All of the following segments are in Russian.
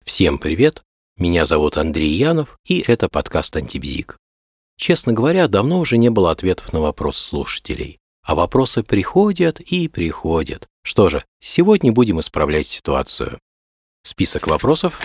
Всем привет! Меня зовут Андрей Янов, и это подкаст «Антибзик». Честно говоря, давно уже не было ответов на вопрос слушателей. А вопросы приходят и приходят. Что же, сегодня будем исправлять ситуацию. Список вопросов.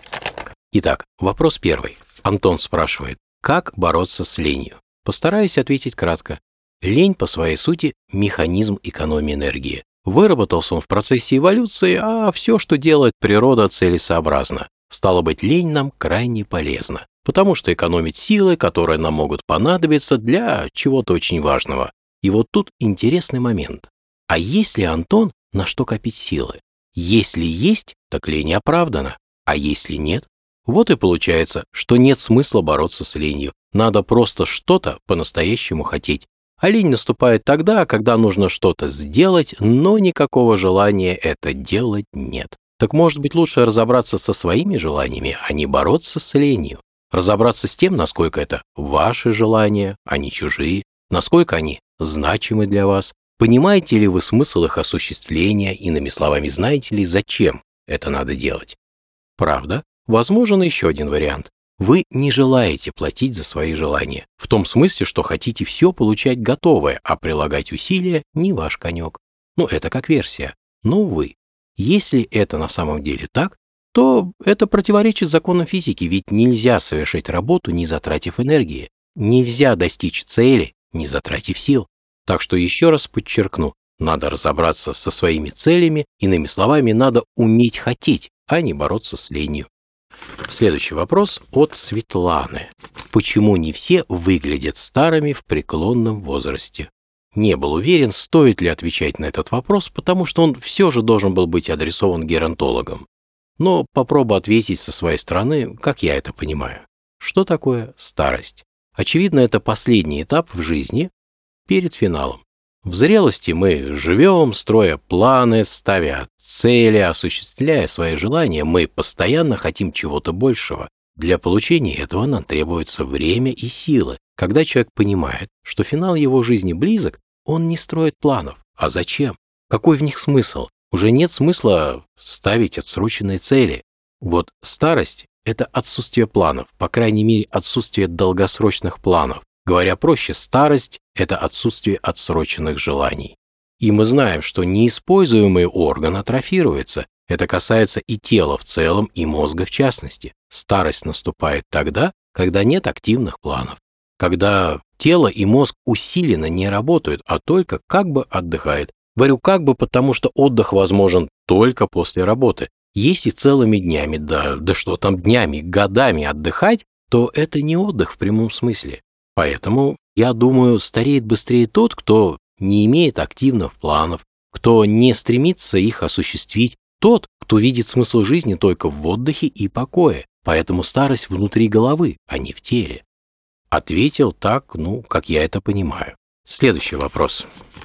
Итак, вопрос первый. Антон спрашивает, как бороться с ленью? Постараюсь ответить кратко. Лень по своей сути – механизм экономии энергии. Выработался он в процессе эволюции, а все, что делает природа, целесообразно. Стало быть, лень нам крайне полезна, потому что экономит силы, которые нам могут понадобиться для чего-то очень важного. И вот тут интересный момент. А есть ли, Антон, на что копить силы? Если есть, так лень оправдана, а если нет? Вот и получается, что нет смысла бороться с ленью. Надо просто что-то по-настоящему хотеть. А лень наступает тогда, когда нужно что-то сделать, но никакого желания это делать нет. Так может быть лучше разобраться со своими желаниями, а не бороться с ленью. Разобраться с тем, насколько это ваши желания, а не чужие, насколько они значимы для вас, понимаете ли вы смысл их осуществления, иными словами, знаете ли, зачем это надо делать. Правда, возможен еще один вариант. Вы не желаете платить за свои желания, в том смысле, что хотите все получать готовое, а прилагать усилия не ваш конек. Это как версия. Но, увы, если это на самом деле так, то это противоречит законам физики, ведь нельзя совершить работу, не затратив энергии. Нельзя достичь цели, не затратив сил. Так что еще раз подчеркну, надо разобраться со своими целями, иными словами, надо уметь хотеть, а не бороться с ленью. Следующий вопрос от Светланы. Почему не все выглядят старыми в преклонном возрасте? Не был уверен, стоит ли отвечать на этот вопрос, потому что он все же должен был быть адресован геронтологам. Но попробую ответить со своей стороны, как я это понимаю. Что такое старость? Очевидно, это последний этап в жизни перед финалом. В зрелости мы живем, строя планы, ставя цели, осуществляя свои желания, мы постоянно хотим чего-то большего. Для получения этого нам требуется время и силы. Когда человек понимает, что финал его жизни близок, он не строит планов. А зачем? Какой в них смысл? Уже нет смысла ставить отсроченные цели. Вот старость – это отсутствие планов, по крайней мере, отсутствие долгосрочных планов. Говоря проще, старость – это отсутствие отсроченных желаний. И мы знаем, что неиспользуемый орган атрофируется. Это касается и тела в целом, и мозга в частности. Старость наступает тогда, когда нет активных планов. Когда тело и мозг усиленно не работают, а только как бы отдыхает. Говорю как бы, потому что отдых возможен только после работы. Если целыми днями, да что там днями, годами отдыхать, то это не отдых в прямом смысле. Поэтому, я думаю, стареет быстрее тот, кто не имеет активных планов, кто не стремится их осуществить, тот, кто видит смысл жизни только в отдыхе и покое. Поэтому старость внутри головы, а не в теле. Ответил так, как я это понимаю. Следующий вопрос.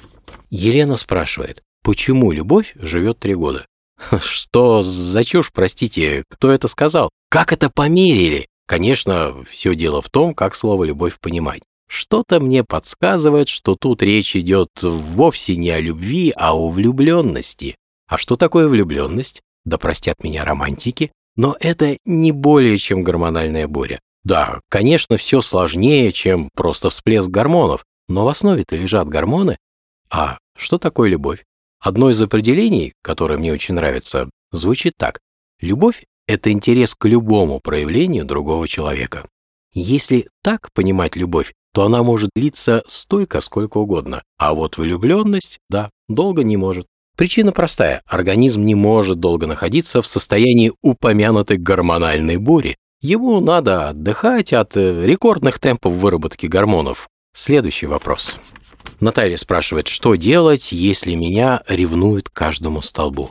Елена спрашивает, почему любовь живет 3 года? Что за чушь, простите, кто это сказал? Как это померили? Конечно, все дело в том, как слово «любовь» понимать. Что-то мне подсказывает, что тут речь идет вовсе не о любви, а о влюбленности. А что такое влюбленность? Да простят меня романтики, но это не более чем гормональная буря. Да, конечно, все сложнее, чем просто всплеск гормонов, но в основе-то лежат гормоны. А что такое любовь? Одно из определений, которое мне очень нравится, звучит так. Любовь – это интерес к любому проявлению другого человека. Если так понимать любовь, то она может длиться столько, сколько угодно. А вот влюбленность, долго не может. Причина простая. Организм не может долго находиться в состоянии упомянутой гормональной бури. Ему надо отдыхать от рекордных темпов выработки гормонов. Следующий вопрос. Наталья спрашивает, что делать, если меня ревнуют к каждому столбу?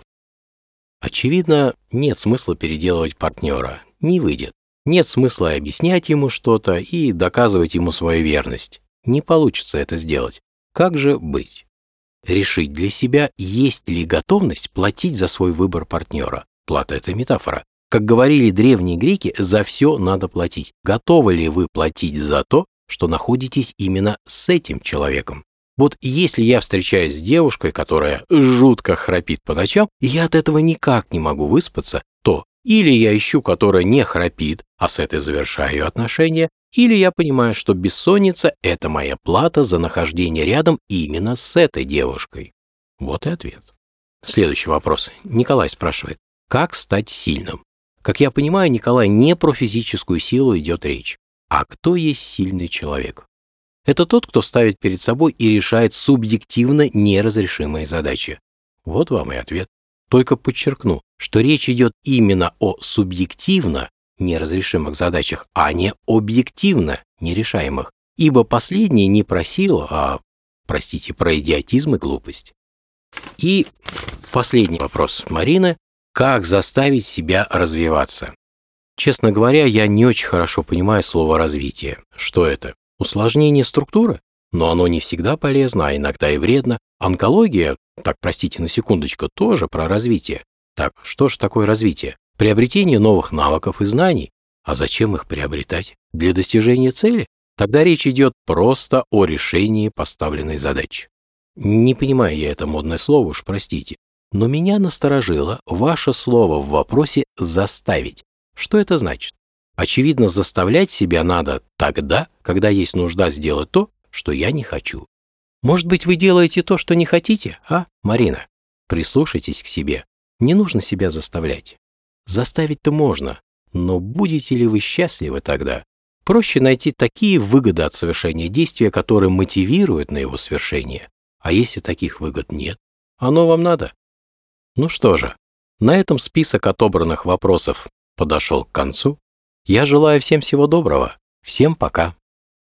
Очевидно, нет смысла переделывать партнера. Не выйдет. Нет смысла объяснять ему что-то и доказывать ему свою верность. Не получится это сделать. Как же быть? Решить для себя, есть ли готовность платить за свой выбор партнера. Плата – это метафора. Как говорили древние греки, за все надо платить. Готовы ли вы платить за то, что находитесь именно с этим человеком? Вот если я встречаюсь с девушкой, которая жутко храпит по ночам, и я от этого никак не могу выспаться, то Или я ищу, которая не храпит, а с этой завершаю отношения, или я понимаю, что бессонница – это моя плата за нахождение рядом именно с этой девушкой. Вот и ответ. Следующий вопрос. Николай спрашивает, как стать сильным? Как я понимаю, Николай, не про физическую силу идет речь. А кто есть сильный человек? Это тот, кто ставит перед собой и решает субъективно неразрешимые задачи. Вот вам и ответ. Только подчеркну, что речь идет именно о субъективно неразрешимых задачах, а не объективно нерешаемых, ибо последнее не про силу, а, простите, про идиотизм и глупость. И последний вопрос Марины. Как заставить себя развиваться? Честно говоря, я не очень хорошо понимаю слово «развитие». Что это? Усложнение структуры? Но оно не всегда полезно, а иногда и вредно. Онкология, так простите на секундочку, тоже про развитие. Так, что же такое развитие? Приобретение новых навыков и знаний. А зачем их приобретать? Для достижения цели? Тогда речь идет просто о решении поставленной задачи. Не понимаю я это модное слово, уж простите. Но меня насторожило ваше слово в вопросе «заставить». Что это значит? Очевидно, заставлять себя надо тогда, когда есть нужда сделать то, что я не хочу. Может быть, вы делаете то, что не хотите, а, Марина? Прислушайтесь к себе. Не нужно себя заставлять. Заставить-то можно, но будете ли вы счастливы тогда? Проще найти такие выгоды от совершения действия, которые мотивируют на его свершение. А если таких выгод нет, оно вам надо? Ну что же, на этом список отобранных вопросов подошел к концу. Я желаю всем всего доброго. Всем пока.